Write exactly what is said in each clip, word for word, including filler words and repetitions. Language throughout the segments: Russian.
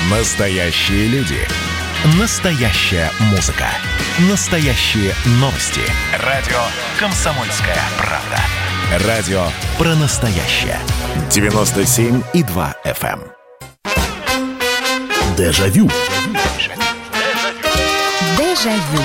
Настоящие люди. Настоящая музыка. Настоящие новости. Радио «Комсомольская правда». Радио про настоящее. девяносто семь и два эф эм. Дежавю. Дежавю.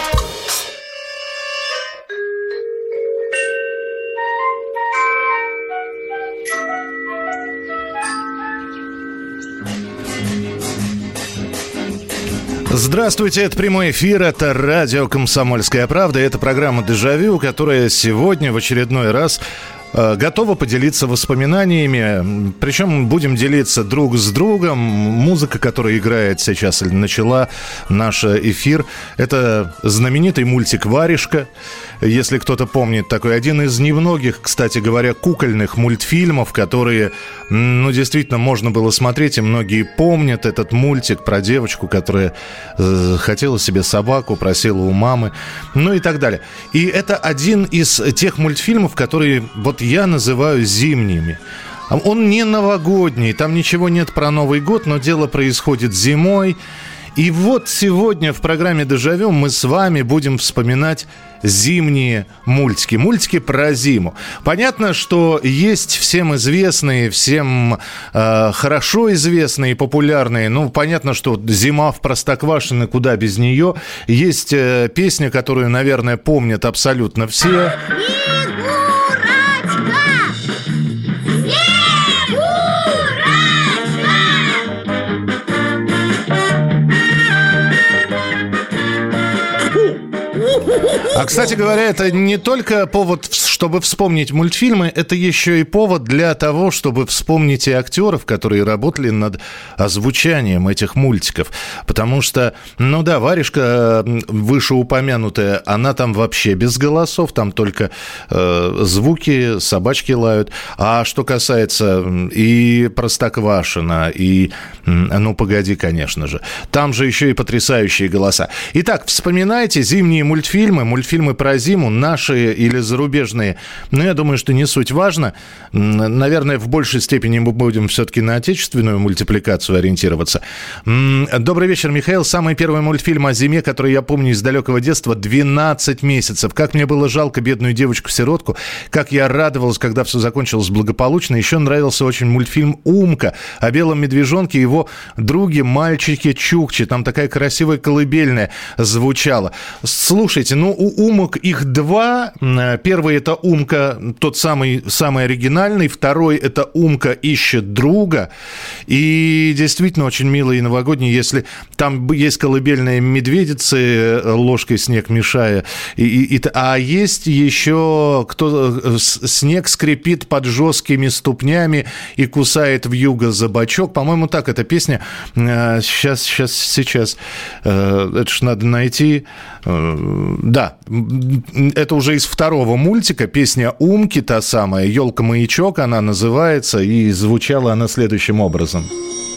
Здравствуйте, это прямой эфир, это радио «Комсомольская правда», это программа «Дежавю», которая сегодня в очередной раз э, готова поделиться воспоминаниями, причем будем делиться друг с другом. Музыка, которая играет сейчас, или начала наш эфир, это знаменитый мультик «Варежка», если кто-то помнит такой, один из немногих, кстати говоря, кукольных мультфильмов, которые, ну, действительно можно было смотреть, и многие помнят этот мультик про девочку, которая э, хотела себе собаку, просила у мамы, ну и так далее. И это один из тех мультфильмов, которые вот я называю зимними. Он не новогодний, там ничего нет про Новый год, но дело происходит зимой. И вот сегодня в программе «Дежавю» мы с вами будем вспоминать зимние мультики. Мультики про зиму. Понятно, что есть всем известные, всем э, хорошо известные, популярные. Ну, понятно, что «Зима в Простоквашино», куда без нее. Есть э, песня, которую, наверное, помнят абсолютно все. А, кстати говоря, это не только повод, чтобы вспомнить мультфильмы, это еще и повод для того, чтобы вспомнить и актеров, которые работали над озвучанием этих мультиков. Потому что, ну да, Варежка вышеупомянутая, она там вообще без голосов, там только э, звуки, собачки лают. А что касается и Простоквашино, и, ну погоди, конечно же, там же еще и потрясающие голоса. Итак, вспоминайте зимние мультфильмы, мультфильмы про зиму, наши или зарубежные. Но я думаю, что не суть важно. Наверное, в большей степени мы будем все-таки на отечественную мультипликацию ориентироваться. Добрый вечер, Михаил. Самый первый мультфильм о зиме, который я помню из далекого детства, двенадцать месяцев. Как мне было жалко бедную девочку-сиротку. Как я радовался, когда все закончилось благополучно. Еще нравился очень мультфильм «Умка» о белом медвежонке и его друге мальчике Чукче. Там такая красивая колыбельная звучала. Слушайте, ну у «Умок» их два. Первый — это «Умка», тот самый, самый оригинальный. Второй — это «Умка ищет друга». И действительно очень милый и новогодний. Если там есть колыбельные медведицы, ложкой снег мешая. И, и, а есть еще кто снег скрипит под жесткими ступнями и кусает вьюга за бочок. По-моему, так эта песня. Сейчас, сейчас, сейчас. Это ж надо найти. Да, это уже из второго мультика, песня «Умки», та самая, «Елка-маячок» она называется, и звучала она следующим образом.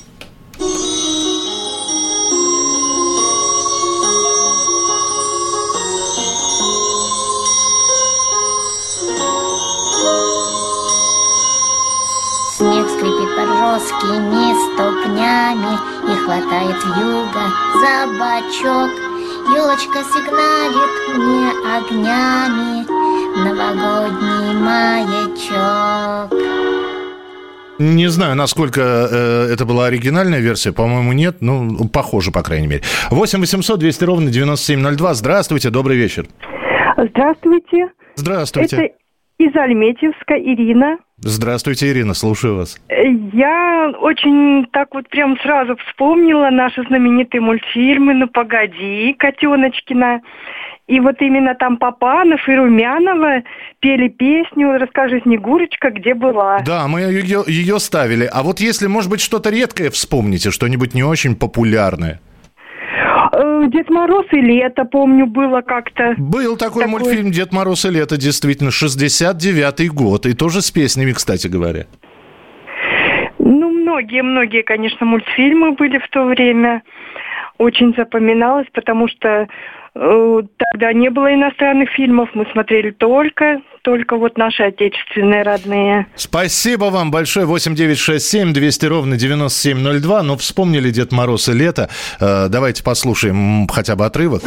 Снег скрипит под жесткими ступнями и хватает вьюга за бочок. Елочка сигналит мне огнями, новогодний маячок. Не знаю, насколько э, это была оригинальная версия. По-моему, нет. Ну, похоже, по крайней мере. восемь восемьсот двести ровно девяносто семь ноль два. Здравствуйте, добрый вечер. Здравствуйте. Здравствуйте. Это из Альметьевска Ирина. Здравствуйте, Ирина, слушаю вас. Я очень так вот прям сразу вспомнила наши знаменитые мультфильмы «Ну, погоди», Котеночкина. И вот именно там Папанов и Румянова пели песню «Расскажи, Снегурочка, где была». Да, мы ее, ее ставили. А вот если, может быть, что-то редкое вспомните, что-нибудь не очень популярное. «Дед Мороз и лето», помню, было как-то. Был такой, такой мультфильм «Дед Мороз и лето», действительно, шестьдесят девятый год. И тоже с песнями, кстати говоря. Ну, многие-многие, конечно, мультфильмы были в то время. Очень запоминалось, потому что Тогда не было иностранных фильмов, мы смотрели только, только вот наши отечественные, родные. Спасибо вам большое. восемь девятьсот шестьдесят семь двести ровно девяносто семь ноль два. Ну, вспомнили Дед Мороз и лето. Давайте послушаем хотя бы отрывок.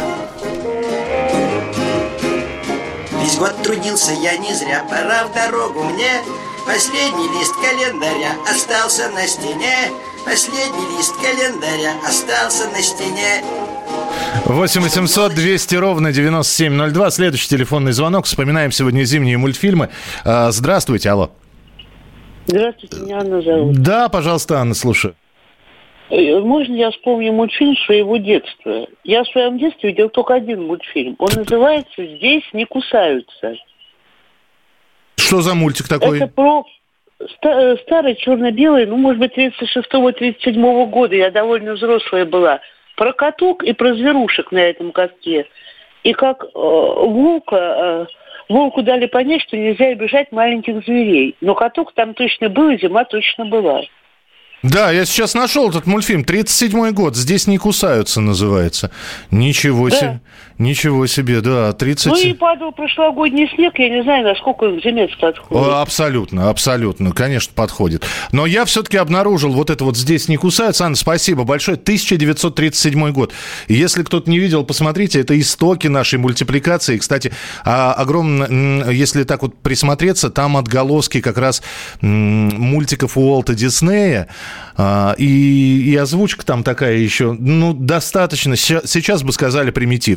Весь год трудился я не зря, пора в дорогу мне. Последний лист календаря остался на стене. Последний лист календаря остался на стене. восемь восемьсот двести ровно девяносто семь ноль два. Следующий телефонный звонок. Вспоминаем сегодня зимние мультфильмы. Здравствуйте, алло. Здравствуйте, меня Анна зовут. Да, пожалуйста, Анна, слушаю. Можно я вспомню мультфильм своего детства? Я в своем детстве видел только один мультфильм. Он называется «Здесь не кусаются». Что за мультик такой? Это про старый черно-белый, ну, может быть, тридцать шестого - тридцать седьмого года. Я довольно взрослая была. Про каток и про зверушек на этом катке. И как э, волка, э, волку дали понять, что нельзя обижать маленьких зверей. Но каток там точно был, и зима точно была. Да, я сейчас нашел этот мультфильм. тридцать седьмой год. «Здесь не кусаются» называется. Ничего да. себе. Ничего себе, да. тридцать... Ну и падал прошлогодний снег. Я не знаю, насколько он к зиме подходит. О, абсолютно, абсолютно. Конечно, подходит. Но я все-таки обнаружил вот это вот «Здесь не кусаются». Анна, спасибо большое. тысяча девятьсот тридцать седьмой год. И если кто-то не видел, посмотрите. Это истоки нашей мультипликации. Кстати, огромно, если так вот присмотреться, там отголоски как раз мультиков Уолта Диснея. И, и озвучка там такая еще, ну, достаточно, сейчас бы сказали, примитив.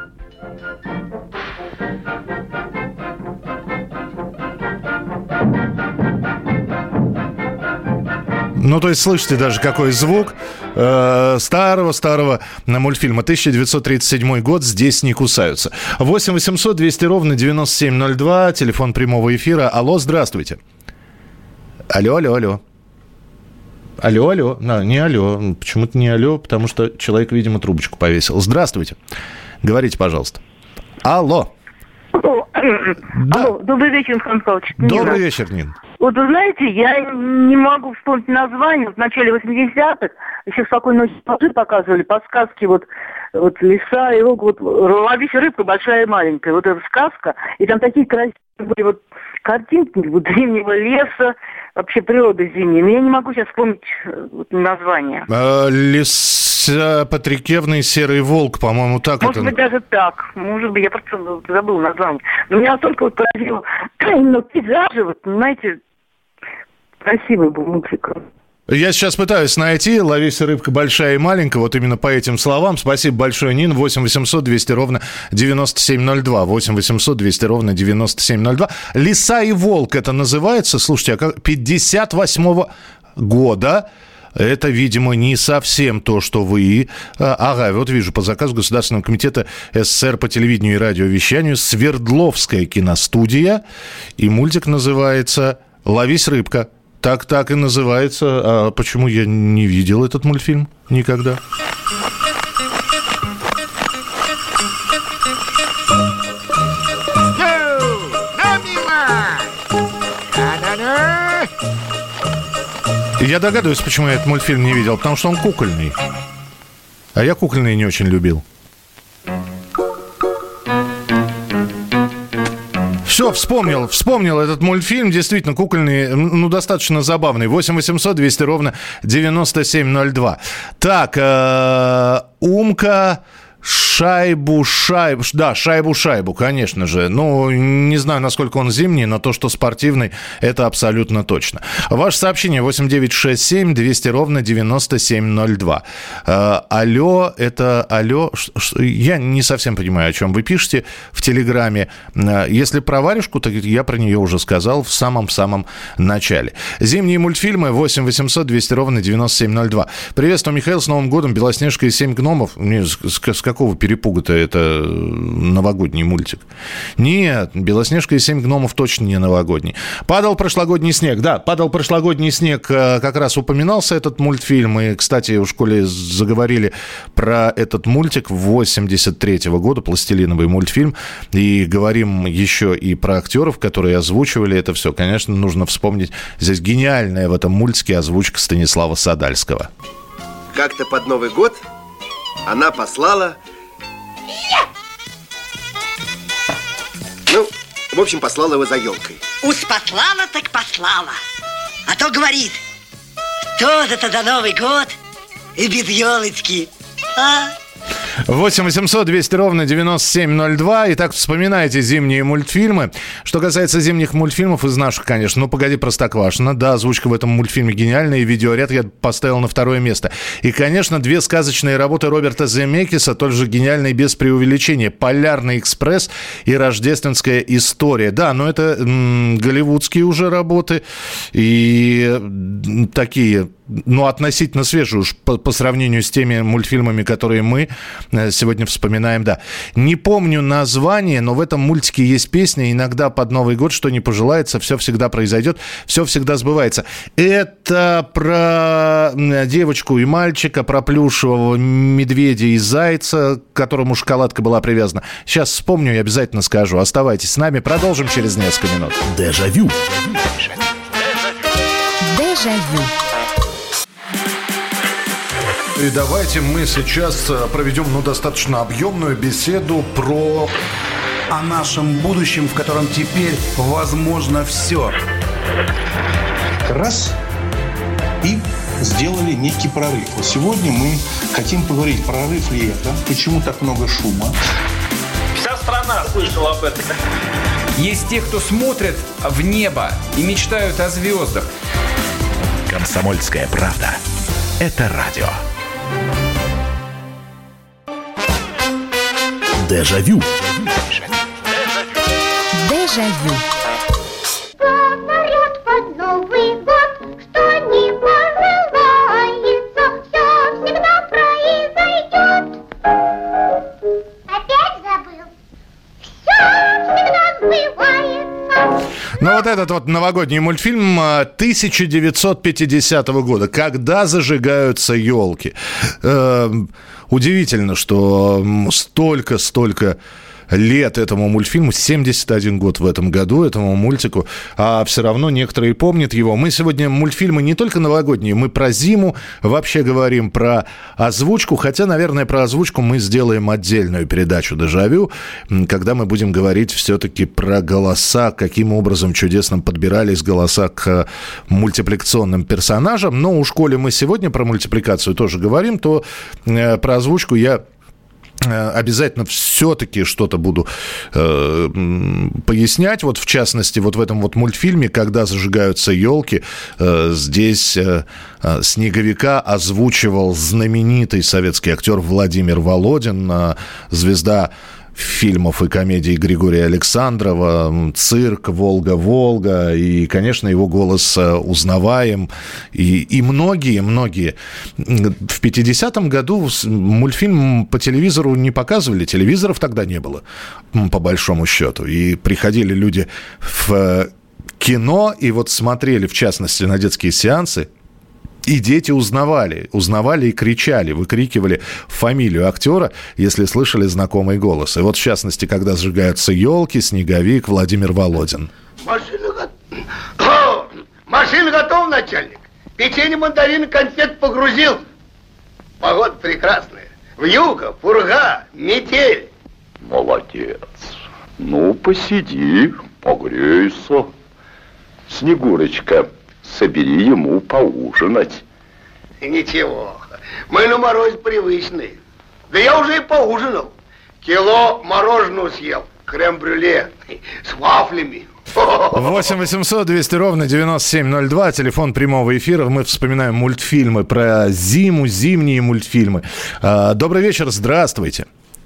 Ну, то есть, слышите даже, какой звук э, старого-старого мультфильма. тысяча девятьсот тридцать седьмой год. «Здесь не кусаются». восемь восемьсот двести ровно девяносто семь ноль два. Телефон прямого эфира. Алло, здравствуйте. Алло, алло, алло. Алло, алло. А, не алло. Почему-то не алло, потому что человек, видимо, трубочку повесил. Здравствуйте. Говорите, пожалуйста. Алло. Алло, да. Алло, добрый вечер, Михаил Михайлович. Добрый вечер, Нин. Вот вы знаете, я не могу вспомнить название. В начале восьмидесятых еще в «Спокойной ночи» показывали подсказки, вот, вот лиса и лук, вот «Ловись рыбка большая и маленькая». Вот эта сказка. И там такие красивые были вот картинки вот, зимнего леса, вообще природа зимняя. Но я не могу сейчас вспомнить вот, название. А, Лиса Патрикевна и Серый волк, по-моему, так Может это... быть, даже так. Может быть, я просто забыл название. Но меня только вот поразило именно пейзажи, вот, понимаете, красивый был мультик. Я сейчас пытаюсь найти «Ловись рыбка большая и маленькая», вот именно по этим словам. Спасибо большое, Нин. восемь восемьсот двести ровно девяносто семь ноль два. восемь восемьсот двести ровно девяносто семь ноль два. «Лиса и волк» это называется. Слушайте, а как пятьдесят восьмого года. Это, видимо, не совсем то, что вы... Ага, вот вижу, по заказу Государственного комитета СССР по телевидению и радиовещанию Свердловская киностудия. И мультик называется «Ловись рыбка». Так, так и называется. А почему я не видел этот мультфильм никогда? Я догадываюсь, почему я этот мультфильм не видел. Потому что он кукольный. А я кукольный не очень любил. Все, вспомнил, вспомнил этот мультфильм, действительно кукольный, ну, достаточно забавный. восемь восемьсот двести ровно девяносто семь ноль два. Так, э, Умка... Шайбу-шайбу, да, шайбу-шайбу, конечно же. Ну, не знаю, насколько он зимний, но то, что спортивный, это абсолютно точно. Ваше сообщение восемь девятьсот шестьдесят семь двести ровно девяносто семь ноль два. Э, алло, это алло. Я не совсем понимаю, о чем вы пишете в Телеграме. Э, если про варежку, то я про нее уже сказал в самом-самом начале. Зимние мультфильмы восемь восемьсот двести ровно девяносто семь ноль два. Приветствую, Михаил, с Новым годом. «Белоснежка и семь гномов». Мне с, с, с какого перепуга-то это новогодний мультик? Нет, «Белоснежка и семь гномов» точно не новогодний. «Падал прошлогодний снег». Да, «Падал прошлогодний снег», как раз упоминался этот мультфильм. И, кстати, в школе заговорили про этот мультик восемьдесят третьего года, пластилиновый мультфильм. И говорим еще и про актеров, которые озвучивали это все. Конечно, нужно вспомнить здесь гениальная в этом мультике озвучка Станислава Садальского. Как-то под Новый год она послала В общем, послала его за елкой. Уж послала, так послала. А то говорит, что это за Новый год и без елочки, а? восемь восемьсот двести ровно девяносто семь ноль два. Итак, вспоминайте зимние мультфильмы. Что касается зимних мультфильмов, из наших, конечно, ну, «Погоди, Простоквашино». Да, озвучка в этом мультфильме гениальная, и видеоряд я поставил на второе место. И, конечно, две сказочные работы Роберта Земекиса, тоже гениальные без преувеличения. «Полярный экспресс» и «Рождественская история». Да, но это м- голливудские уже работы и м- такие... Ну, относительно свежие уж по, по сравнению с теми мультфильмами, которые мы сегодня вспоминаем, да. Не помню название, но в этом мультике есть песня «Иногда под Новый год, что не пожелается, все всегда произойдет, все всегда сбывается». Это про девочку и мальчика, про плюшевого медведя и зайца, к которому шоколадка была привязана. Сейчас вспомню и обязательно скажу. Оставайтесь с нами, продолжим через несколько минут. Дежавю. Дежавю. И давайте мы сейчас проведем, ну, достаточно объемную беседу про... О нашем будущем, в котором теперь возможно все. Раз и сделали некий прорыв. Вот сегодня мы хотим поговорить, прорыв ли это, почему так много шума. Вся страна слышала об этом. Есть те, кто смотрят в небо и мечтают о звездах. «Комсомольская правда» — это радио. Дежавю. Дежавю. Повторят под Новый год, что не пожелается, все всегда произойдет. Опять забыл? Все всегда сбывается. Ну, вот этот вот новогодний мультфильм тысяча девятьсот пятидесятого года. «Когда зажигаются елки». Э, удивительно, что столько-столько лет этому мультфильму, семьдесят один год в этом году этому мультику, а все равно некоторые помнят его. Мы сегодня мультфильмы не только новогодние, мы про зиму вообще говорим, про озвучку, хотя, наверное, про озвучку мы сделаем отдельную передачу «Дежавю», когда мы будем говорить все-таки про голоса, каким образом чудесно подбирались голоса к мультипликационным персонажам. Но уж коли мы сегодня про мультипликацию тоже говорим, то э, про озвучку я обязательно все-таки что-то буду э, пояснять. Вот в частности, вот в этом вот мультфильме «Когда зажигаются елки», э, здесь э, Снеговика озвучивал знаменитый советский актер Владимир Володин, э, звезда фильмов и комедий Григория Александрова, «Цирк», «Волга-Волга», и, конечно, его голос узнаваем. И, и многие-многие. В пятидесятом году мультфильм по телевизору не показывали, телевизоров тогда не было, по большому счету. И приходили люди в кино, и вот смотрели, в частности, на детские сеансы, и дети узнавали, узнавали и кричали, выкрикивали фамилию актера, если слышали знакомый голос. И вот, в частности, когда зажигаются елки, Снеговик, Владимир Володин. Машина готова. Машина готова, начальник. Печенье, мандарины, конфет погрузил. Погода прекрасная. Вьюга, пурга, метель. Молодец. Ну, посиди, погрейся. Снегурочка, собери ему поужинать. Ничего, мы на морозе привычные. Да я уже и поужинал. Кило мороженого съел, крем-брюле с вафлями. восемь восемьсот двести ровно девяносто семь ноль два, телефон прямого эфира. Мы вспоминаем мультфильмы про зиму, зимние мультфильмы. Добрый вечер, здравствуйте.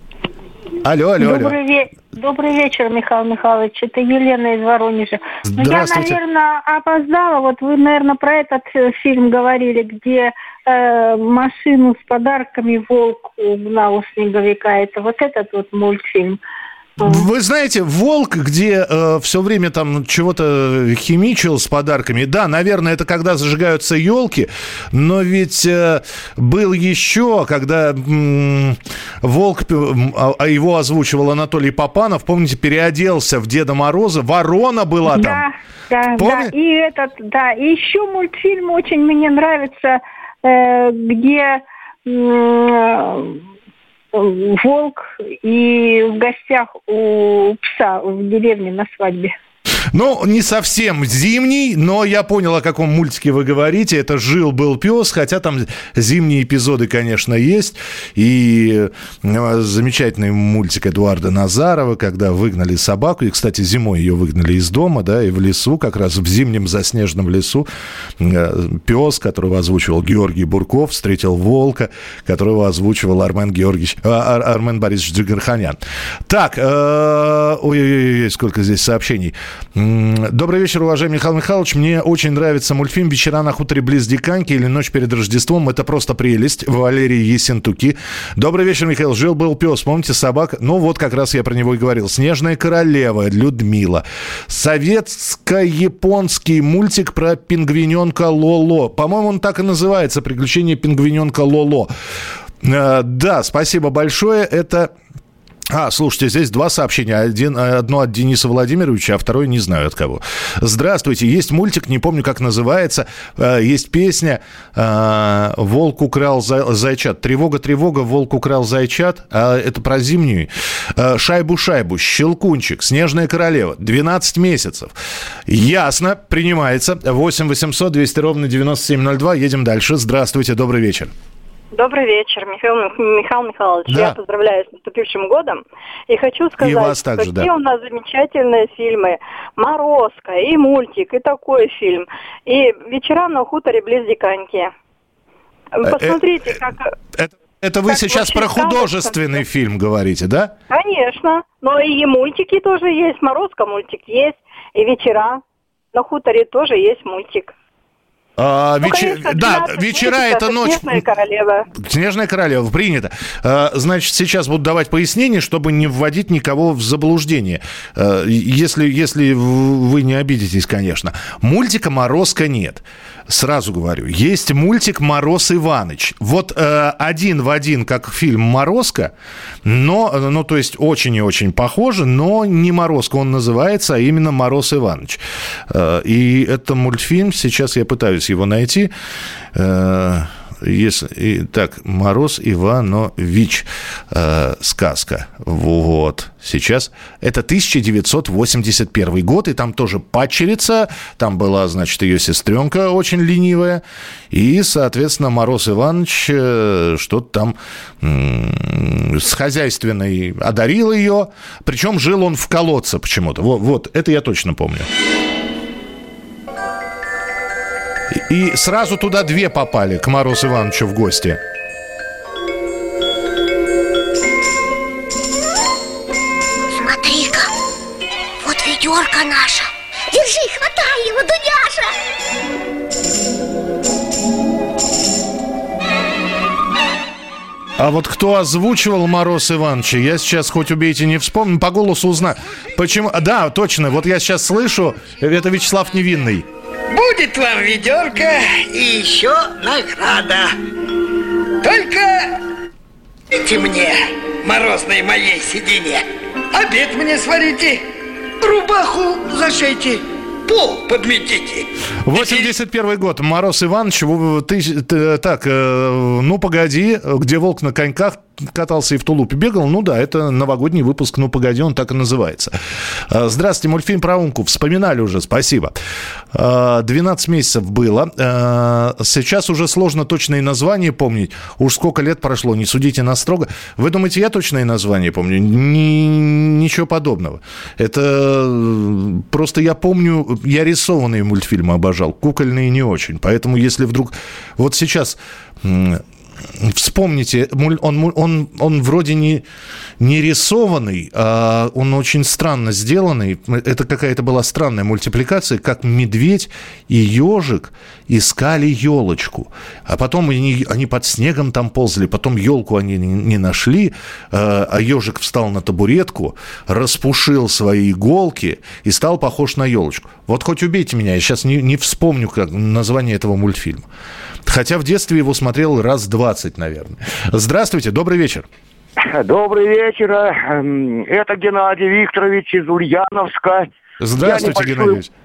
Алло, алло, алло. Добрый, ве... Добрый вечер, Михаил Михайлович. Это Елена из Воронежа. Здравствуйте. Ну, я, наверное, опоздала. Вот вы, наверное, про этот фильм говорили, где э, машину с подарками волк угнал у Снеговика. Это вот этот вот мультфильм. Вы знаете, «Волк», где э, все время там чего-то химичил с подарками, да, наверное, это когда зажигаются елки, но ведь э, был еще, когда м- «Волк», а его озвучивал Анатолий Попанов, помните, переоделся в Деда Мороза, ворона была там. Да, да, да, и этот, да, и еще мультфильм очень мне нравится, э, где... Э, волк и в гостях у пса в деревне на свадьбе. Ну, не совсем зимний, но я понял, о каком мультике вы говорите. Это «Жил-был пес», хотя там зимние эпизоды, конечно, есть. И замечательный мультик Эдуарда Назарова, когда выгнали собаку. И, кстати, зимой ее выгнали из дома, да, и в лесу, как раз в зимнем заснеженном лесу, пес, которого озвучивал Георгий Бурков, встретил волка, которого озвучивал Армен Георгиевич, Ар, Армен Борисович Джигарханян. Так, э, ой-ой-ой, сколько здесь сообщений. Добрый вечер, уважаемый Михаил Михайлович. Мне очень нравится мультфильм «Вечера на хуторе близ Диканьки» или «Ночь перед Рождеством». Это просто прелесть. Валерий Ессентуки. Добрый вечер, Михаил. Жил-был пес. Помните, собака? Ну, вот как раз я про него и говорил. «Снежная королева», Людмила. Советско-японский мультик про пингвиненка Лоло. По-моему, он так и называется. «Приключения пингвиненка Лоло». Э, да, спасибо большое. Это... А, слушайте, здесь два сообщения. Один, одно от Дениса Владимировича, а второе не знаю от кого. Здравствуйте. Есть мультик, не помню, как называется. Есть песня «Волк украл зайчат». Тревога, тревога, волк украл зайчат. Это про зимнюю. Шайбу-шайбу, Щелкунчик, Снежная королева. двенадцать месяцев. Ясно, принимается. восемь восемьсот двести ровно девяносто семь ноль два. Едем дальше. Здравствуйте, добрый вечер. Добрый вечер, Михаил, Михаил Михайлович. Да. Я поздравляю с наступившим годом. И хочу сказать, и вас также, какие да. у нас замечательные фильмы. «Морозко», и мультик, и такой фильм. И «Вечера на хуторе близ Диканьки». Посмотрите, как... Это, это вы сейчас про художественный сказать. фильм говорите, да? Конечно. Но и мультики тоже есть. «Морозко» мультик есть. И «Вечера на хуторе» тоже есть мультик. А, ну, веч... конечно, да, вечера это ночь. Снежная королева. Снежная королева, принято. А, значит, сейчас буду давать пояснение, чтобы не вводить никого в заблуждение. А, если, если вы не обидитесь, конечно. Мультика «Морозко» нет. Сразу говорю. Есть мультик «Мороз Иваныч». Вот э, один в один, как фильм «Морозко», но, ну, то есть очень и очень похоже, но не «Морозко» он называется, а именно «Мороз Иваныч». Э, и это мультфильм, сейчас я пытаюсь его найти. Э, если, и, так, «Мороз Иванович», э, сказка. Вот. Сейчас. Это тысяча девятьсот восемьдесят первый год, и там тоже падчерица, там была, значит, ее сестренка очень ленивая, и, соответственно, Мороз Иванович э, что-то там м- с хозяйственной одарил ее, причем жил он в колодце почему-то. Вот, вот, это я точно помню. И сразу туда две попали, к Морозу Ивановичу в гости. Смотри-ка, вот ведерко наше. Держи, хватай его, Дуняша. А вот кто озвучивал Мороз Ивановича, я сейчас хоть убейте не вспомню, по голосу узнаю. Почему? Да, точно, вот я сейчас слышу, это Вячеслав Невинный. Будет вам ведерко и еще награда. Только дайте мне, морозной моей седине, обед мне сварите, рубаху зашейте, пол подметите. восемьдесят первый год. Мороз Иванович. Ты, ты, так, э, ну погоди, где волк на коньках катался и в тулупе бегал. Ну да, это новогодний выпуск «Ну погоди», он так и называется. Здравствуйте, мультфильм про Умку. Вспоминали уже, спасибо. двенадцать месяцев было. Сейчас уже сложно точные названия помнить. Уж сколько лет прошло, не судите нас строго. Вы думаете, я точные названия помню? Ни, ничего подобного. Это просто я помню, я рисованные мультфильмы обожал, кукольные не очень. Поэтому если вдруг... Вот сейчас... Вспомните, он, он, он вроде не, не рисованный, а он очень странно сделанный. Это какая-то была странная мультипликация, как медведь и ежик искали елочку. А потом они, они под снегом там ползали, потом елку они не, не нашли, а ежик встал на табуретку, распушил свои иголки и стал похож на елочку. Вот хоть убейте меня, я сейчас не, не вспомню как, название этого мультфильма. Хотя в детстве его смотрел раз двадцать, наверное. Здравствуйте, добрый вечер. Добрый вечер. Это Геннадий Викторович из Ульяновска. Здравствуйте, небольшую... Геннадий.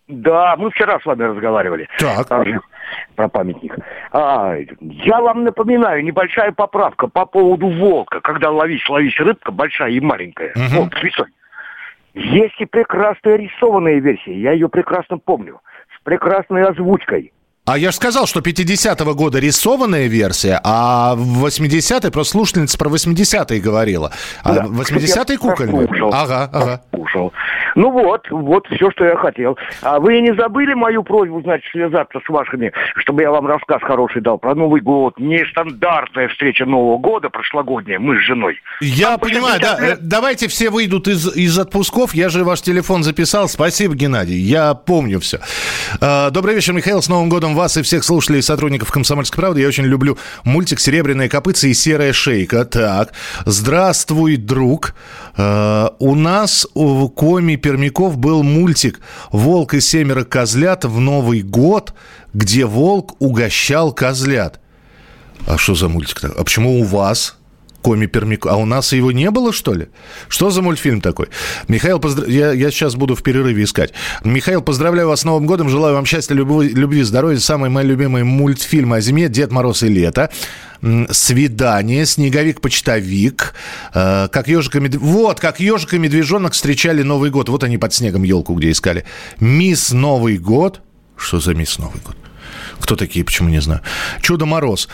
Да, мы вчера с вами разговаривали. Так. Про памятник. А, я вам напоминаю, небольшая поправка по поводу волка. Когда ловись, ловись рыбка, большая и маленькая. Угу. Волк с лисой. Есть и прекрасная рисованная версия. Я ее прекрасно помню. С прекрасной озвучкой. А я же сказал, что пятидесятого года рисованная версия, а восьмидесятые, просто слушательница про восьмидесятые говорила. А да, восьмидесятые кукольные. Ага, ага. Послушал. Ну вот, вот все, что я хотел. А вы не забыли мою просьбу, значит, связаться с вашими, чтобы я вам рассказ хороший дал про Новый год? Нестандартная встреча Нового года, прошлогодняя, мы с женой. Я Там понимаю, да. Лет... Давайте все выйдут из, из отпусков. Я же ваш телефон записал. Спасибо, Геннадий. Я помню все. Добрый вечер, Михаил. С Новым годом вас и всех слушателей и сотрудников «Комсомольской правды». Я очень люблю мультик «Серебряные копытца» и «Серая шейка». Так, здравствуй, друг. Uh, у нас в Коми Пермяков был мультик «Волк и семеро козлят» в Новый год, где волк угощал козлят. А что за мультик-то? А почему у вас Коми Пермяков? А у нас его не было, что ли? Что за мультфильм такой? Михаил, поздрав... я, я сейчас буду в перерыве искать. Михаил, поздравляю вас с Новым годом. Желаю вам счастья, любви, любви здоровья. Самый мой любимый мультфильм о зиме «Дед Мороз и лето». «Свидание», «Снеговик-почтовик», э, как ежик и медвежонок. Вот, как ежик и медвежонок встречали Новый год. Вот они под снегом елку где искали. «Мисс Новый год». Что за «Мисс Новый год»? Кто такие, почему не знаю. «Чудо-Мороз».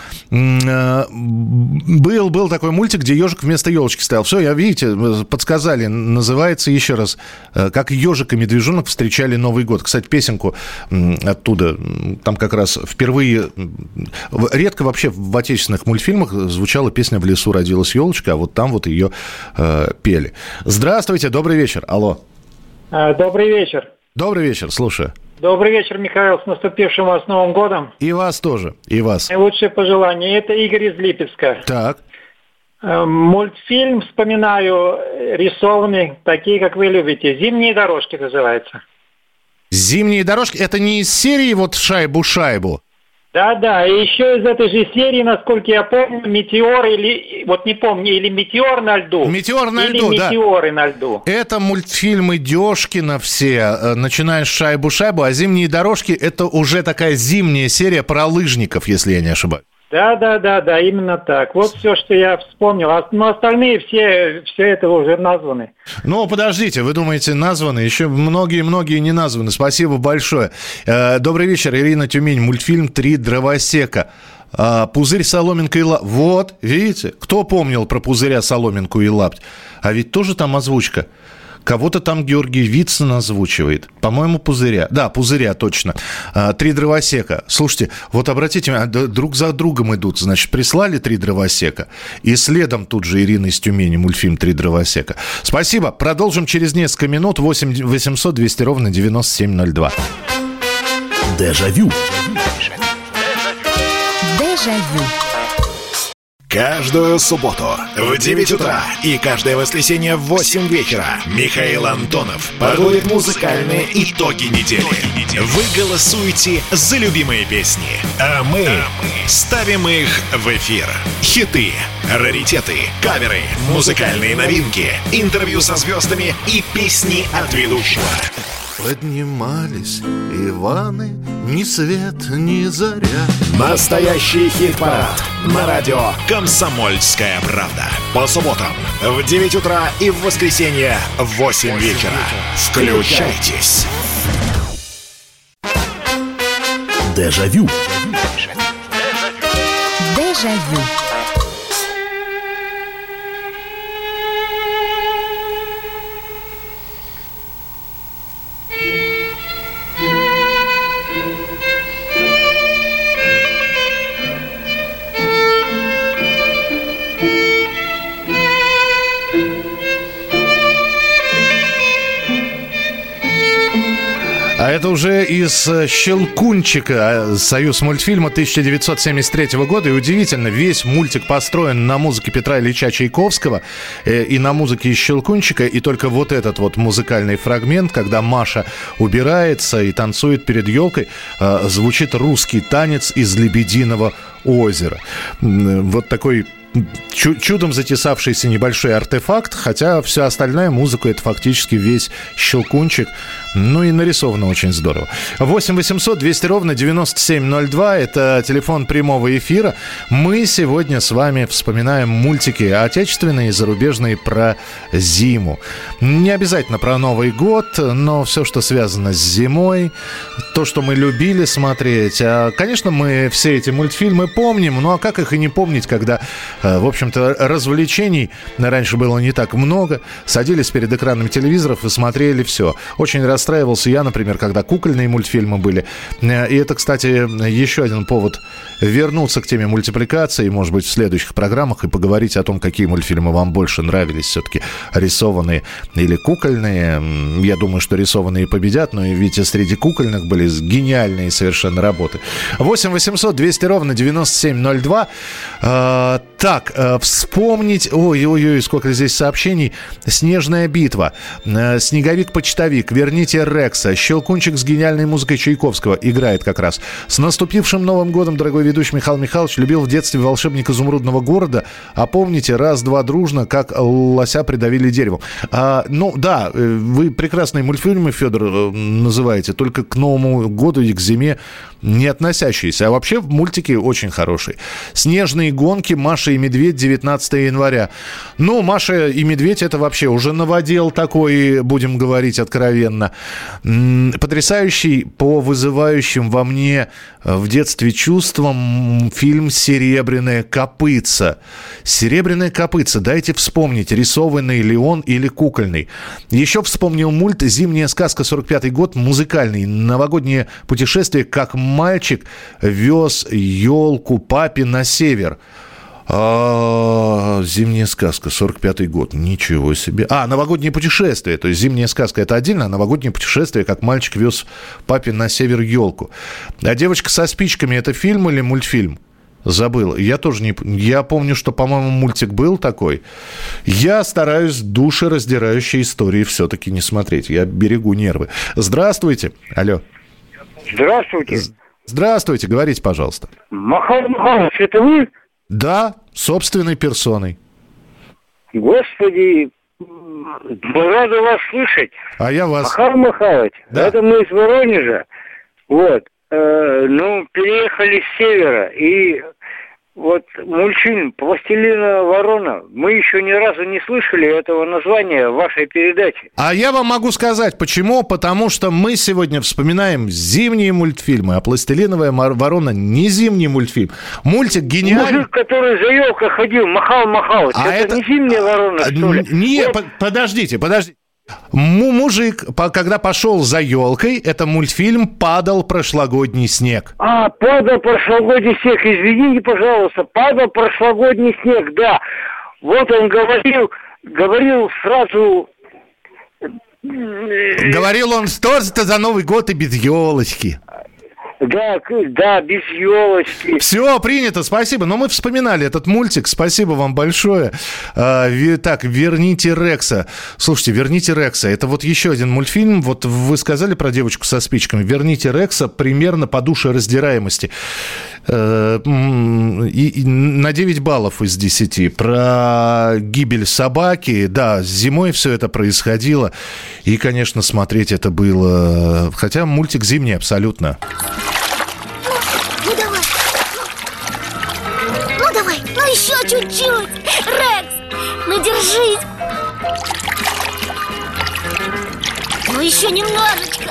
Был, был такой мультик, где ежик вместо елочки стоял. Все, я, видите, подсказали. Называется еще раз «Как ежик и медвежонок встречали Новый год». Кстати, песенку оттуда, там как раз впервые... Редко вообще в отечественных мультфильмах звучала песня «В лесу родилась елочка», а вот там вот ее э, пели. Здравствуйте, добрый вечер. Алло. Добрый вечер. Добрый вечер, слушаю. Добрый вечер, Михаил, с наступившим вас Новым годом. И вас тоже, и вас. Наилучшие пожелания. Это Игорь из Липецка. Так. Мультфильм, вспоминаю, рисованный, такие, как вы любите. «Зимние дорожки» называется. «Зимние дорожки» — это не из серии вот «Шайбу-шайбу»? Да-да, и еще из этой же серии, насколько я помню, «Метеор» или, вот не помню, или «Метеор на льду». «Метеор на или льду», да. Или «Метеоры на льду». Это мультфильмы Дёшкина все, начиная с «Шайбу-шайбу», а «Зимние дорожки» — это уже такая зимняя серия про лыжников, если я не ошибаюсь. Да-да-да, именно так. Вот все, что я вспомнил. Но остальные все, все это уже названы. Ну, подождите, вы думаете, названы? Еще многие-многие не названы. Спасибо большое. Добрый вечер, Ирина, Тюмень. Мультфильм «Три дровосека». Пузырь, соломинка и лапть. Вот, видите? Кто помнил про пузыря, соломинку и лапть? А ведь тоже там озвучка. Кого-то там Георгий Вицин озвучивает. По-моему, Пузыря. Да, Пузыря, точно. «Три дровосека». Слушайте, вот обратите внимание, друг за другом идут. Значит, прислали «Три дровосека». И следом тут же Ирина из Тюмени, мультфильм «Три дровосека». Спасибо. Продолжим через несколько минут. восемь восемьсот двести ровно девяносто семь ноль два. Дежавю. Дежавю. Каждую субботу в девять утра и каждое воскресенье в восемь вечера Михаил Антонов подводит музыкальные итоги недели. Вы голосуете за любимые песни, а мы ставим их в эфир. Хиты, раритеты, каверы, музыкальные новинки, интервью со звездами и песни от ведущего. Поднимались Иваны, ни свет, ни заря. Настоящий хит-парад на радио «Комсомольская правда». По субботам в девять утра и в воскресенье в восемь вечера. Включайтесь. Дежавю. Дежавю. А это уже из «Щелкунчика», союз мультфильма тысяча девятьсот семьдесят третьего года. И удивительно, весь мультик построен на музыке Петра Ильича Чайковского и на музыке из «Щелкунчика». И только вот этот вот музыкальный фрагмент, когда Маша убирается и танцует перед елкой, звучит русский танец из «Лебединого озера». Вот такой чудом затесавшийся небольшой артефакт, хотя вся остальная музыка — это фактически весь Щелкунчик. Ну и нарисовано очень здорово. восемь восемьсот двести ровно девяносто семь ноль два. Это телефон прямого эфира. Мы сегодня с вами вспоминаем мультики отечественные и зарубежные про зиму. Не обязательно про Новый год, но все, что связано с зимой, то, что мы любили смотреть. А, конечно, мы все эти мультфильмы помним, ну а как их и не помнить, когда, в общем-то, развлечений раньше было не так много. Садились перед экранами телевизоров и смотрели все. Очень расстраивался я, например, когда кукольные мультфильмы были. И это, кстати, еще один повод вернуться к теме мультипликации, может быть, в следующих программах и поговорить о том, какие мультфильмы вам больше нравились, все-таки рисованные или кукольные. Я думаю, что рисованные победят, но ведь и среди кукольных были гениальные совершенно работы. восемь восемьсот двести ровно девяносто семь ноль два. А, так, вспомнить... Ой-ой-ой, сколько здесь сообщений. «Снежная битва», «Снеговик-почтовик», «Верните Рекса», «Щелкунчик» с гениальной музыкой Чайковского играет как раз. «С наступившим Новым годом, дорогой ведущий Михаил Михайлович, любил в детстве «Волшебник изумрудного города». А помните, раз-два дружно, как лося придавили деревом». А, ну, да, вы прекрасные мультфильмы, Федор, называете, только к Новому году и к зиме не относящиеся. А вообще мультики очень хорошие. «Снежные гонки», «Маша и медведь», девятнадцатого января. Ну, «Маша и медведь» — это вообще уже новодел такой, будем говорить откровенно. Потрясающий по вызывающим во мне в детстве чувствам фильм «Серебряное копытце». «Серебряное копытце», дайте вспомнить, рисованный ли он или кукольный. Еще вспомнил мульт «Зимняя сказка», сорок пятый год, музыкальный. Новогоднее путешествие, как мальчик вез елку папе на север. А, «Зимняя сказка», сорок пятый год. Ничего себе. А, «Новогоднее путешествие». То есть «Зимняя сказка» — это отдельно, а «Новогоднее путешествие», как мальчик вез папе на север елку. А «Девочка со спичками» — это фильм или мультфильм? Забыл. Я тоже не... Я помню, что, по-моему, мультик был такой. Я стараюсь душераздирающие истории все-таки не смотреть. Я берегу нервы. Здравствуйте. Алло. Здравствуйте. Здравствуйте. Говорите, пожалуйста. Михаил Михайлович, это вы? Да, собственной персоной. Господи, рада вас слышать. А я вас. Михаил Михайлович, да. Это мы из Воронежа. Вот. Э, ну, переехали с севера. И вот мультфильм «Пластилиновая ворона». Мы еще ни разу не слышали этого названия в вашей передаче. А я вам могу сказать, почему. Потому что мы сегодня вспоминаем зимние мультфильмы, а «Пластилиновая ворона» не зимний мультфильм. Мультик гениальный. Мужик, который за елкой ходил, махал, махал. А это, это не зимняя ворона, что ли? Не, вот. подождите, подождите. Мужик, когда пошел за елкой, это мультфильм «Падал прошлогодний снег». А, «Падал прошлогодний снег», извините, пожалуйста, «Падал прошлогодний снег», да. Вот он говорил, говорил сразу... Говорил он, что это за Новый год и без елочки. Да, да, без елочки. Все, принято, спасибо. Но мы вспоминали этот мультик, спасибо вам большое. А, так, «Верните Рекса». Слушайте, «Верните Рекса» — это вот еще один мультфильм. Вот вы сказали про девочку со спичками. «Верните Рекса» примерно по душераздираемости. И, и на девять баллов из десяти. Про гибель собаки. Да, зимой все это происходило. И, конечно, смотреть это было... Хотя мультик зимний абсолютно. Ну давай. Ну давай, ну еще чуть-чуть. Рекс, ну держись. Ну еще немножечко.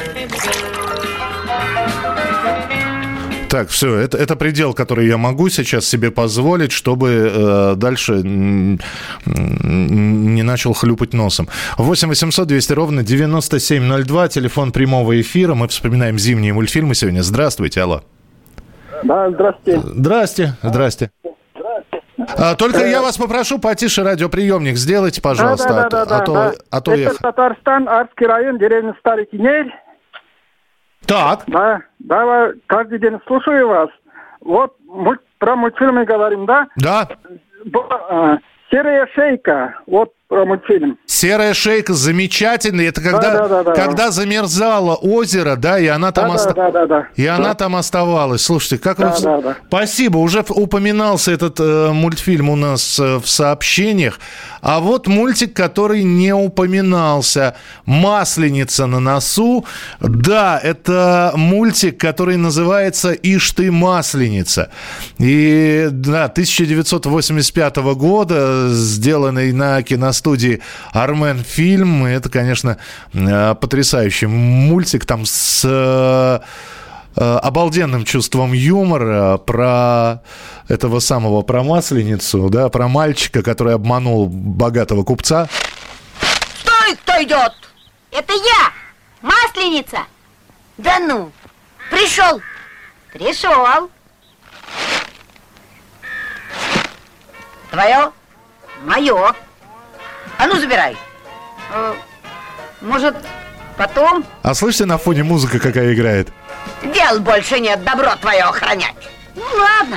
Так, все, это, это предел, который я могу сейчас себе позволить, чтобы э, дальше н- не начал хлюпать носом. восемь восемьсот двести ровно девяносто семь ноль два, телефон прямого эфира. Мы вспоминаем зимние мультфильмы сегодня. Здравствуйте, алло. Да, здравствуйте. Здрасте, здрасте. А, только я вас попрошу потише радиоприемник сделайте, пожалуйста. Да, да, да, а, то, да, а, то, а то Это я... Татарстан, Арский район, деревня Старый Тинель. Так. Да, да, каждый день слушаю вас. Вот мульт, про мультфильмы говорим, да? Да. Б- а, «Серая шейка». Вот про мультфильм. «Серая шейка» замечательный. Это когда, да, да, да, когда да. замерзало озеро, да, и она там, да, оста... да, да, да. и она да. там оставалась. Слушайте, как да, вы... да, да. Спасибо. Уже упоминался этот э, мультфильм у нас э, в сообщениях. А вот мультик, который не упоминался. «Масленица на носу». Да, это мультик, который называется «Ишь ты, масленица». И, да, тысяча девятьсот восемьдесят пятого года, сделанный на киностудии «Армен фильм». Это, конечно, потрясающий мультик там с обалденным чувством юмора про этого самого, про масленицу, да, про мальчика, который обманул богатого купца. Стой, кто идет? Это я, масленица. Да ну, пришел. Пришел. Твое? Мое. А ну, забирай. Э, может, потом? А слышите, на фоне музыка какая играет? Дел больше нет, добро твое охранять. Ну, ладно.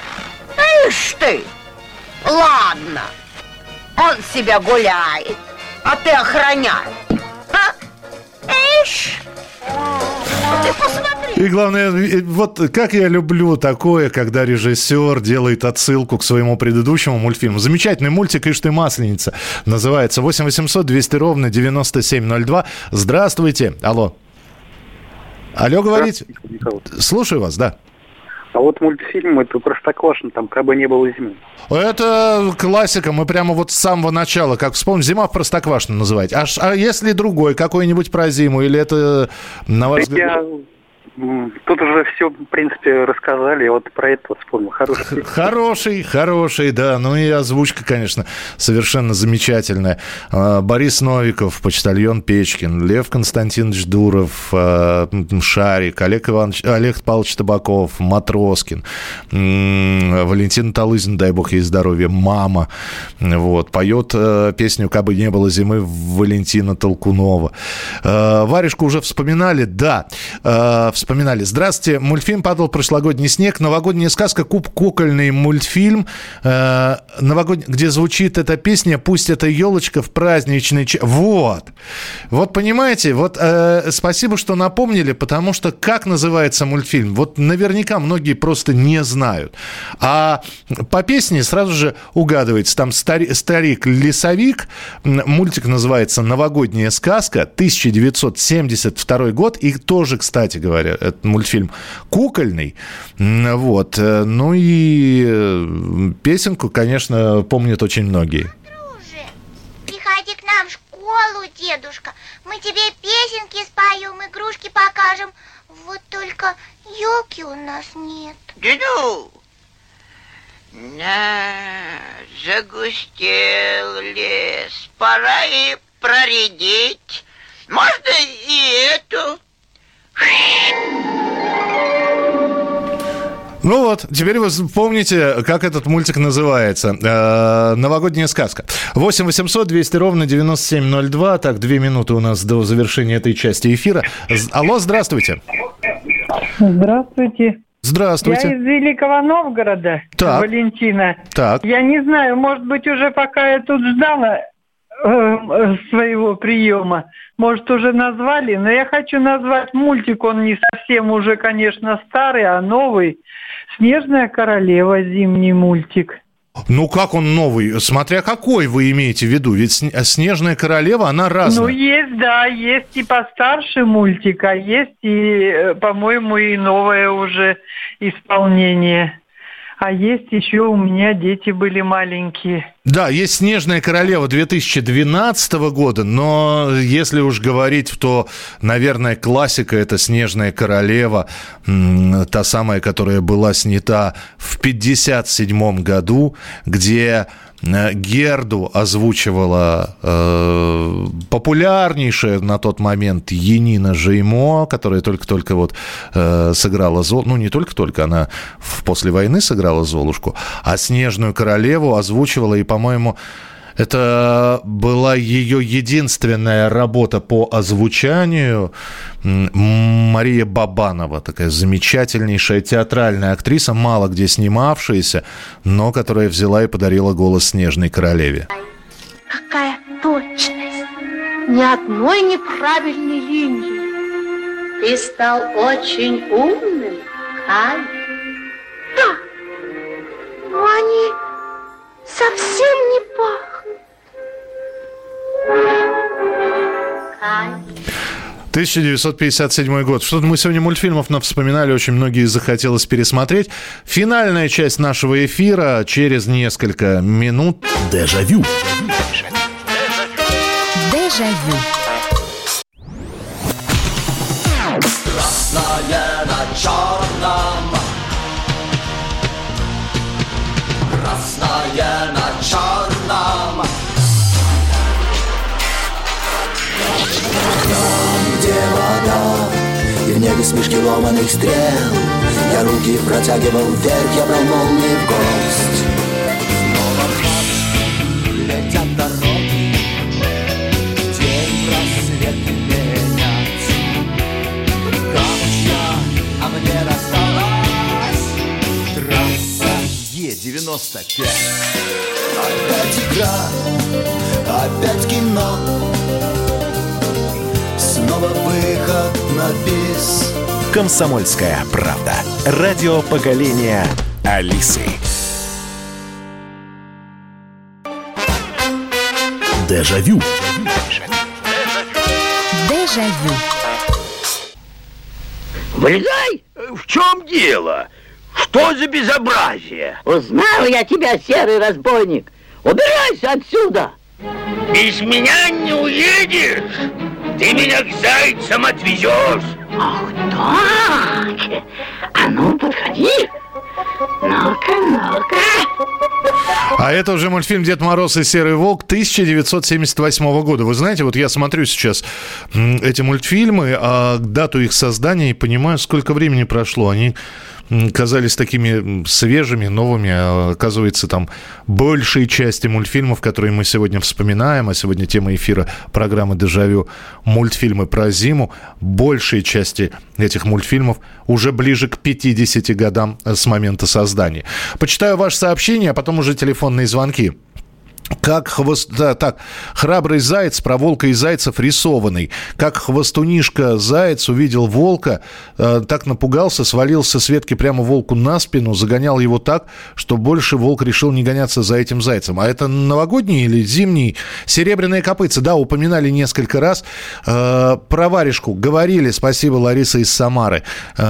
Ишь ты. Ладно. Он себя гуляет, а ты охраняй. А? Ишь. Ты посмотри. И главное, вот как я люблю такое, когда режиссер делает отсылку к своему предыдущему мультфильму. Замечательный мультик «Ишь ты, масленица» называется. восемь восемьсот двести ровно девяносто семь ноль два. Здравствуйте. Алло. Алло, говорите. Слушаю вас, да. А вот мультфильм, это Простоквашино, там «Кабы не было зимы». Это классика, мы прямо вот с самого начала, как вспомним, «Зима в Простоквашино» называть. А, а если другой, какой-нибудь про зиму, или это, на ваш взгляд... Я... Тут уже все, в принципе, рассказали, я вот про это вот вспомнил. Хороший, хороший, хороший, да. Ну и озвучка, конечно, совершенно замечательная. Борис Новиков, почтальон Печкин, Лев Константинович Дуров, Шарик, Олег Иванович, Олег Павлович Табаков, Матроскин, Валентина Талызина, дай бог ей здоровья, мама. Вот, поет песню «Кабы не было зимы» Валентина Толкунова. Варежку уже вспоминали, да. Вспоминали. Здравствуйте. Мультфильм «Падал прошлогодний снег». Новогодняя сказка. Куб кукольный мультфильм, э, новогод... где звучит эта песня «Пусть эта елочка в праздничный час». Вот. Вот понимаете, вот э, спасибо, что напомнили, потому что как называется мультфильм? Вот наверняка многие просто не знают. А по песне сразу же угадывается. Там стари... старик-лесовик. Мультик называется «Новогодняя сказка». тысяча девятьсот семьдесят второй год. И тоже, кстати говоря, этот мультфильм кукольный. Вот. Ну и песенку, конечно, помнят очень многие. Друже, приходи к нам в школу, дедушка. Мы тебе песенки споем, игрушки покажем. Вот только елки у нас нет. Деду! На, загустел лес, пора и проредить. Можно и эту... Ну вот, теперь вы помните, как этот мультик называется. Э-э, «Новогодняя сказка». восемь восемьсот двести ровно девяносто семь ноль два. Так, две минуты у нас до завершения этой части эфира. Алло, здравствуйте. Здравствуйте. Здравствуйте. Я из Великого Новгорода, так. Валентина. Так. Я не знаю, может быть, уже пока я тут ждала э, своего приема, может, уже назвали, но я хочу назвать мультик, он не совсем уже, конечно, старый, а новый. «Снежная королева», зимний мультик. Ну, как он новый? Смотря какой вы имеете в виду. Ведь «Снежная королева», она разная. Ну, есть, да, есть и постарше мультик, а есть и, по-моему, и новое уже исполнение. А есть еще у меня дети были маленькие. Да, есть «Снежная королева» две тысячи двенадцатого года, но если уж говорить, то, наверное, классика – это «Снежная королева», та самая, которая была снята в пятьдесят седьмом году, где Герду озвучивала э, популярнейшая на тот момент Янина Жеймо, которая только-только вот э, сыграла Золушку. Ну, не только-только, она в, после войны сыграла Золушку, а «Снежную королеву» озвучивала, и, по-моему, это была ее единственная работа по озвучанию. Мария Бабанова, такая замечательнейшая театральная актриса, мало где снимавшаяся, но которая взяла и подарила голос «Снежной королеве». Какая точность, ни одной неправильной линии. Ты стал очень умным, Кай. Да, но они совсем не пахнут. Кай. тысяча девятьсот пятьдесят седьмой год. Что-то мы сегодня мультфильмов навспоминали, очень многие захотелось пересмотреть. Финальная часть нашего эфира через несколько минут. Дежавю. Дежавю. Красное на черном. Красное на черном. Там, где вода, и в небе смешки ломаных стрел, я руки протягивал вверх, я брал молнии в гость. Снова в летят дороги, день рассвет менять. Камучья, а мне досталась трасса Е девяносто пять. Опять игра, опять кино, снова выход на бис. «Комсомольская правда». Радио поколения Алисы. Дежавю. Дежавю. Вылезай! В чем дело? Что за безобразие? Узнал я тебя, серый разбойник. Убирайся отсюда! Без меня не уедешь! Ты меня к зайцам отвезешь! Ах так! А ну, подходи! Ну-ка, ну-ка! А это уже мультфильм «Дед Мороз и Серый Волк» тысяча девятьсот семьдесят восьмого года. Вы знаете, вот я смотрю сейчас эти мультфильмы, а дату их создания, и понимаю, сколько времени прошло. Они казались такими свежими, новыми. А оказывается, там большей части мультфильмов, которые мы сегодня вспоминаем, а сегодня тема эфира программы «Дежавю» — мультфильмы про зиму, большей части этих мультфильмов уже ближе к пятидесяти годам с момента создания. Почитаю ваши сообщения, а потом уже телефонные звонки. Как хвост... да, так, храбрый заяц, про волка и зайцев рисованный. Как хвостунишка заяц увидел волка, э, так напугался, свалился с ветки прямо волку на спину, загонял его так, что больше волк решил не гоняться за этим зайцем. А это новогодний или зимний? «Серебряное копытце», да, упоминали несколько раз. Э, про варежку говорили, спасибо, Лариса из Самары.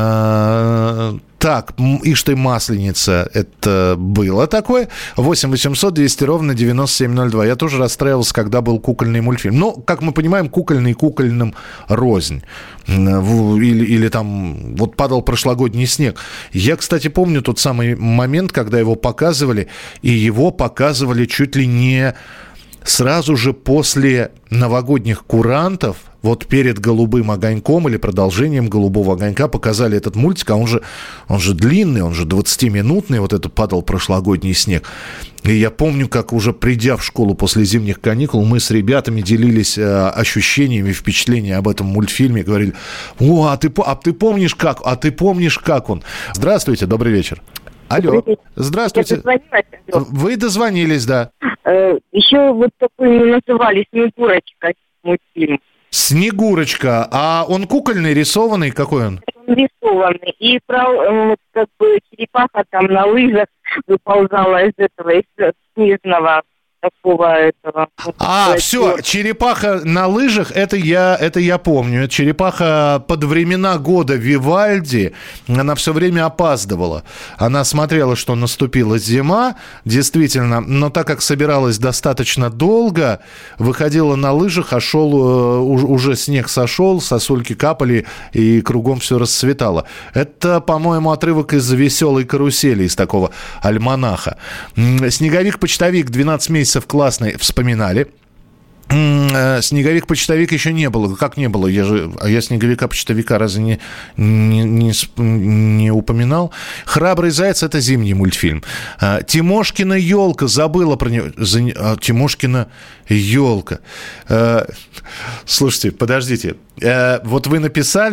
Э, Так, ишь ты, масленица, это было такое. восемь восемьсот двести ровно девяносто семь ноль два. Я тоже расстраивался, когда был кукольный мультфильм. Но, как мы понимаем, кукольный кукольным рознь. Или, или там вот падал прошлогодний снег. Я, кстати, помню тот самый момент, когда его показывали, и его показывали чуть ли не сразу же после новогодних курантов. Вот перед «Голубым огоньком» или продолжением «Голубого огонька» показали этот мультик, а он же, он же длинный, он же двадцатиминутный, вот это «Падал прошлогодний снег». И я помню, как уже придя в школу после зимних каникул, мы с ребятами делились э, ощущениями, впечатлениями об этом мультфильме, говорили: «О, а ты, а ты помнишь как? А ты помнишь как он?» Здравствуйте, добрый вечер. Алло, здравствуйте. Вы дозвонились, да. Еще вот такой называли «Снегурочка» мультфильм. Снегурочка. А он кукольный, рисованный? Какой он? Он рисованный. И про, вот, как бы черепаха там на лыжах выползала из этого, из снежного такого этого. А, вот, все, вот. Черепаха на лыжах, это я, это я помню. Черепаха под времена года Вивальди, она все время опаздывала. Она смотрела, что наступила зима, действительно, но так как собиралась достаточно долго, выходила на лыжах, а шел, уже снег сошел, сосульки капали, и кругом все расцветало. Это, по-моему, отрывок из «Веселой карусели», из такого альманаха. «Снеговик-почтовик», двенадцать месяцев классный, вспоминали. Снеговик-почтовик еще не было. Как не было? Я же, а я Снеговика-почтовика разве не, не, не, не упоминал? «Храбрый заяц» — это зимний мультфильм. «Тимошкина елка», забыла про нее. «Тимошкина елка». Слушайте, подождите. Вот вы написали,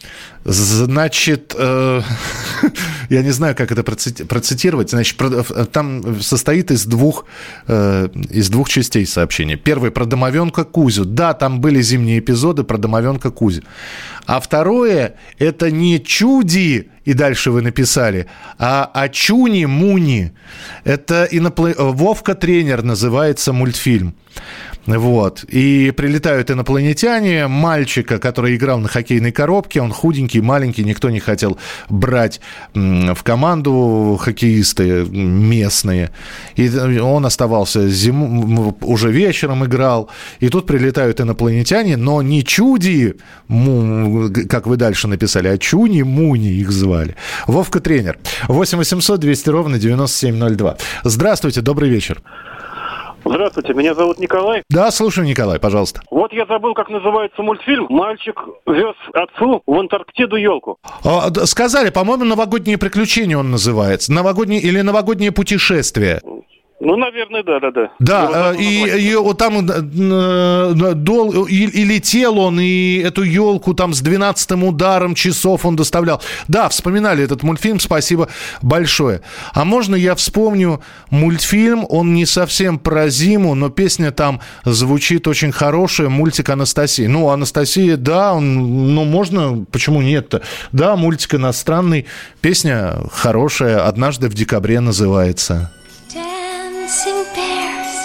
Значит, э, я не знаю, как это процитировать. Значит, там состоит из двух, э, из двух частей сообщения. Первый про домовенка Кузю. Да, там были зимние эпизоды про домовенка Кузю. А второе, это не чуди, и дальше вы написали, а Ачуни-Муни. Это инопло... Вовка-тренер называется мультфильм. Вот. И прилетают инопланетяне, мальчика, который играл на хоккейной коробке, он худенький, маленький, никто не хотел брать в команду хоккеисты местные. И он оставался зим... уже вечером играл. И тут прилетают инопланетяне, но не чуди, как вы дальше написали, а Чуни-Муни их звали. Вовка-тренер. восемь восемьсот двести ровно девяносто семь ноль два. Здравствуйте, добрый вечер. Здравствуйте, меня зовут Николай. Да, слушаю, Николай, пожалуйста. Вот я забыл, как называется мультфильм. Мальчик вез отцу в Антарктиду елку. А, сказали, по-моему, «Новогодние приключения» он называется. Новогодние или «Новогоднее путешествие». Ну, наверное, да, да, да. Да, и, и вот там э, дол, и, и летел он, и эту елку там с двенадцатым ударом часов он доставлял. Да, вспоминали этот мультфильм, спасибо большое. А можно я вспомню мультфильм, он не совсем про зиму, но песня там звучит очень хорошая, мультик «Анастасия». Ну, Анастасия, да, он, ну, можно, почему нет-то? Да, мультик иностранный, песня хорошая, «Однажды в декабре» называется. Dancing bears,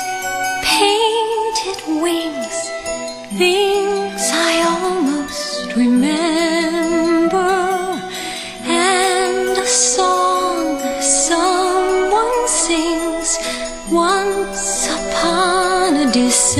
painted wings, things I almost remember, and a song someone sings once upon a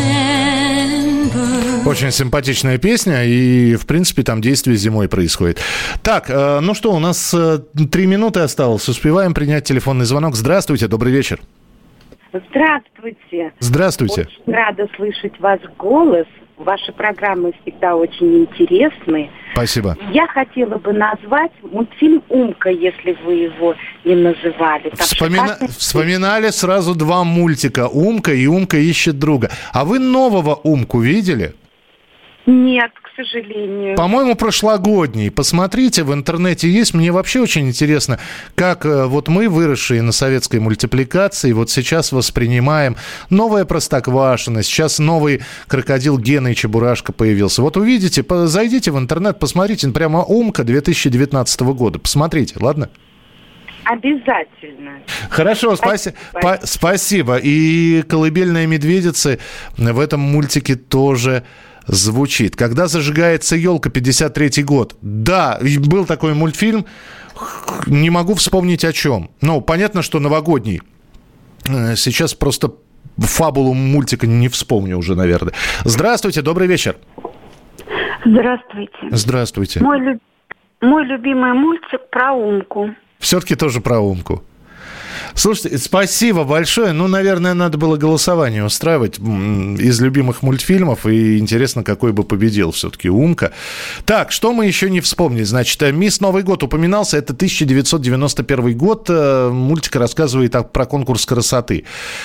December. Очень симпатичная песня, и, в принципе, там действие зимой происходит. Так, ну что, у нас три минуты осталось. Успеваем принять телефонный звонок. Здравствуйте, добрый вечер. Здравствуйте. Здравствуйте. Очень рада слышать ваш голос. Ваши программы всегда очень интересны. Спасибо. Я хотела бы назвать мультфильм «Умка», если вы его не называли. Вспомина... Вспоминали сразу два мультика «Умка» и «Умка ищет друга». А вы нового «Умку» видели? Нет, к сожалению. По-моему, прошлогодний. Посмотрите, в интернете есть. Мне вообще очень интересно, как вот мы, выросшие на советской мультипликации, вот сейчас воспринимаем новое Простоквашино, сейчас новый крокодил Гена и Чебурашка появился. Вот увидите, зайдите в интернет, посмотрите, прямо «Умка» две тысячи девятнадцатого года. Посмотрите, ладно? Обязательно. Хорошо, спаси... спасибо. По- спасибо. И «Колыбельная медведицы» в этом мультике тоже звучит. Когда зажигается елка, пятьдесят третий год. Да, был такой мультфильм. Не могу вспомнить о чем. Ну, понятно, что новогодний. Сейчас просто фабулу мультика не вспомню уже, наверное. Здравствуйте, добрый вечер. Здравствуйте. Здравствуйте. Мой, люб... Мой любимый мультик про Умку. Все-таки тоже про Умку. Слушайте, спасибо большое. Ну, наверное, надо было голосование устраивать из любимых мультфильмов. И интересно, какой бы победил все-таки «Умка». Так, что мы еще не вспомнили? Значит, «Мисс Новый год» упоминался. Это тысяча девятьсот девяносто первый год. Мультик рассказывает про конкурс красоты.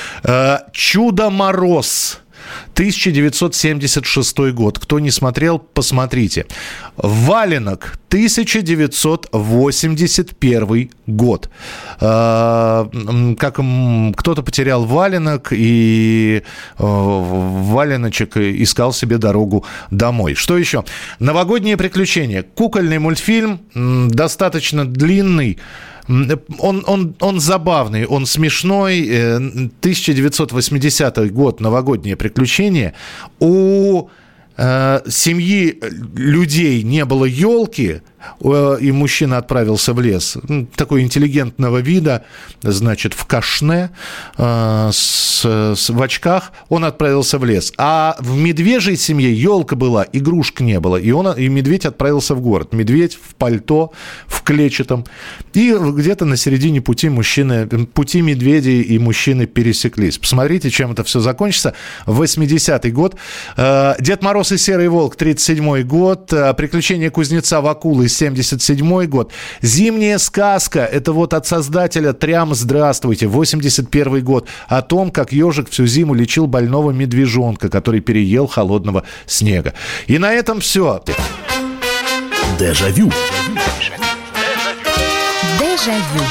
«Чудо-мороз». тысяча девятьсот семьдесят шестой год. Кто не смотрел, посмотрите. «Валенок», тысяча девятьсот восемьдесят первый год. Как кто-то потерял валенок, и валеночек искал себе дорогу домой. Что еще? «Новогодние приключения». Кукольный мультфильм, достаточно длинный. Он, он, он забавный, он смешной. тысяча девятьсот восьмидесятый год, «Новогодние приключения». У э, семьи людей не было елки, э, и мужчина отправился в лес. Такой интеллигентного вида, значит, в кашне, э, с, с, в очках. Он отправился в лес. А в медвежьей семье елка была, игрушек не было. И, он, и медведь отправился в город. Медведь в пальто, в клетчатом. И где-то на середине пути мужчины, пути медведей и мужчины пересеклись. Посмотрите, чем это все закончится. восьмидесятый год. «Дед Мороз и Серый Волк», тридцать седьмой год. «Приключения кузнеца Вакулы», семьдесят седьмой год. «Зимняя сказка», это вот от создателя «Трям здравствуйте», восемьдесят первый год. О том, как ежик всю зиму лечил больного медвежонка, который переел холодного снега. И на этом все. Дежавю. Дежавю.